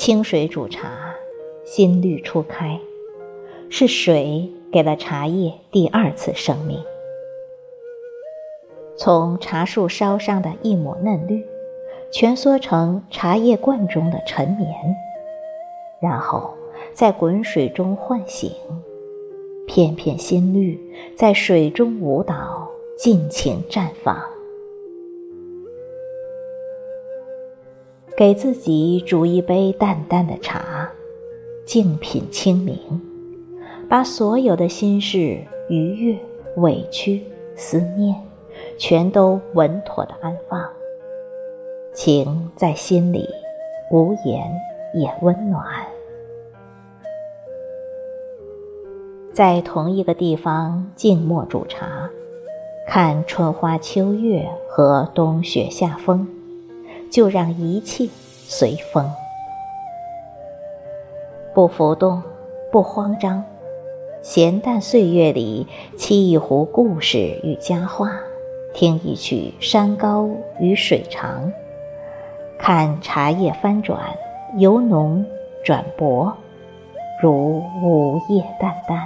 清水煮茶，新绿初开，是水给了茶叶第二次生命。从茶树梢上的一抹嫩绿，蜷缩成茶叶罐中的陈绵，然后在滚水中唤醒，片片新绿在水中舞蹈，尽情绽放。给自己煮一杯淡淡的茶，静品清明，把所有的心事、愉悦、委屈、思念全都稳妥地安放，情在心里，无言也温暖。在同一个地方静默煮茶，看春花秋月和冬雪夏风，就让一切随风，不浮动，不慌张，闲淡岁月里沏一壶故事与佳话，听一曲山高与水长，看茶叶翻转，由浓转薄，如午夜淡淡。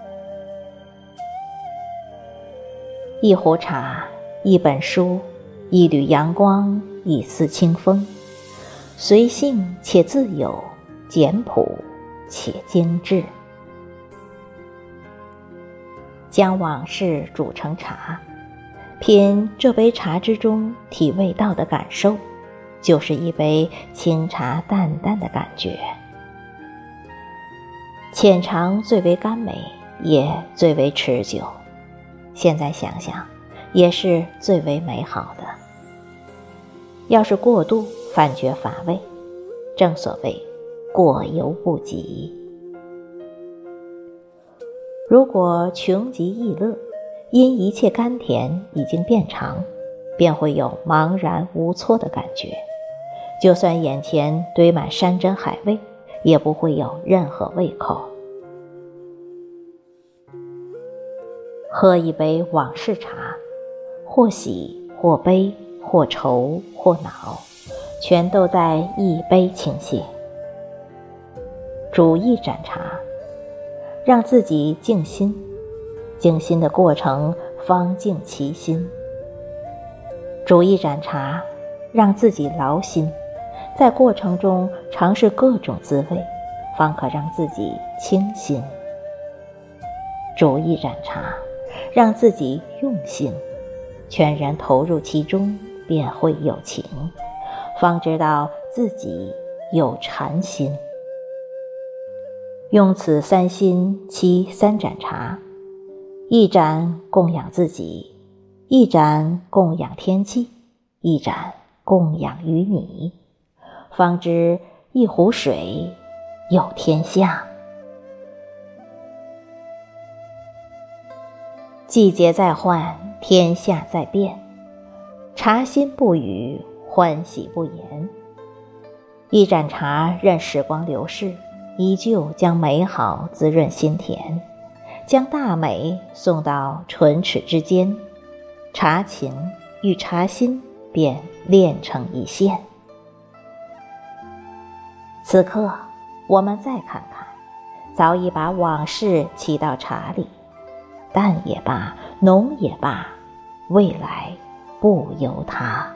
一壶茶，一本书，一缕阳光，一丝清风，随性且自由，简朴且精致。将往事煮成茶，品这杯茶之中体味到的感受，就是一杯清茶淡淡的感觉。浅尝最为甘美，也最为持久。现在想想，也是最为美好的。要是过度，反觉乏味，正所谓过犹不及。如果穷极逸乐，因一切甘甜已经变长，便会有茫然无措的感觉，就算眼前堆满山珍海味，也不会有任何胃口。喝一杯往事茶，或喜或悲或愁或恼，全都在一杯倾泻。煮一盏茶，让自己静心，静心的过程方静其心。煮一盏茶，让自己劳心，在过程中尝试各种滋味，方可让自己清心。煮一盏茶，让自己用心，全然投入其中，便会有情，方知道自己有禅心。用此三心沏三盏茶，一盏供养自己，一盏供养天气，一盏供养于你，方知一壶水有天下。季节在换，天下在变，茶心不语，欢喜不言。一盏茶任时光流逝，依旧将美好滋润心田，将大美送到唇齿之间，茶情与茶心便炼成一线。此刻我们再看看，早已把往事沏到茶里，淡也罢，浓也罢，未来不由他。